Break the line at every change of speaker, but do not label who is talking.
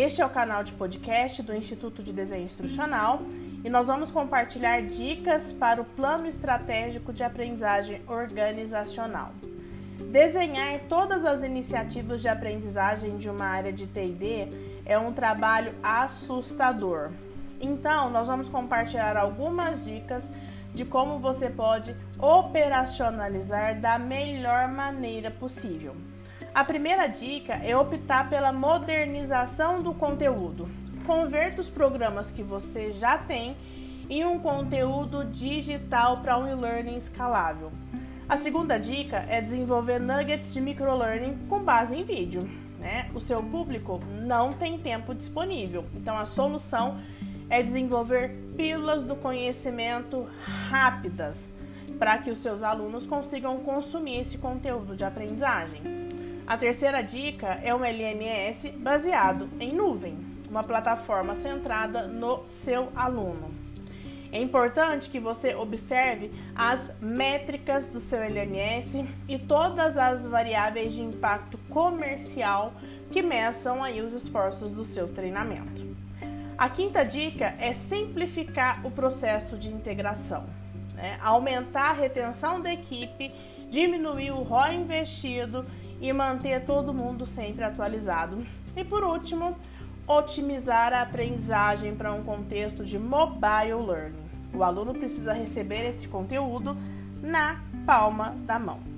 Este é o canal de podcast do Instituto de Desenho Instrucional e nós vamos compartilhar dicas para o plano estratégico de aprendizagem organizacional. Desenhar todas as iniciativas de aprendizagem de uma área de T&D é um trabalho assustador. Então, nós vamos compartilhar algumas dicas de como você pode operacionalizar da melhor maneira possível. A primeira dica é optar pela modernização do conteúdo. Converta os programas que você já tem em um conteúdo digital para um e-learning escalável. A segunda dica é desenvolver nuggets de microlearning com base em vídeo. O seu público não tem tempo disponível, então a solução é desenvolver pílulas do conhecimento rápidas para que os seus alunos consigam consumir esse conteúdo de aprendizagem. A terceira dica é um LMS baseado em nuvem, uma plataforma centrada no seu aluno. É importante que você observe as métricas do seu LMS e todas as variáveis de impacto comercial que meçam aí os esforços do seu treinamento. A quinta dica é simplificar o processo de integração, aumentar a retenção da equipe, diminuir o ROI investido e manter todo mundo sempre atualizado. E por último, otimizar a aprendizagem para um contexto de mobile learning. O aluno precisa receber esse conteúdo na palma da mão.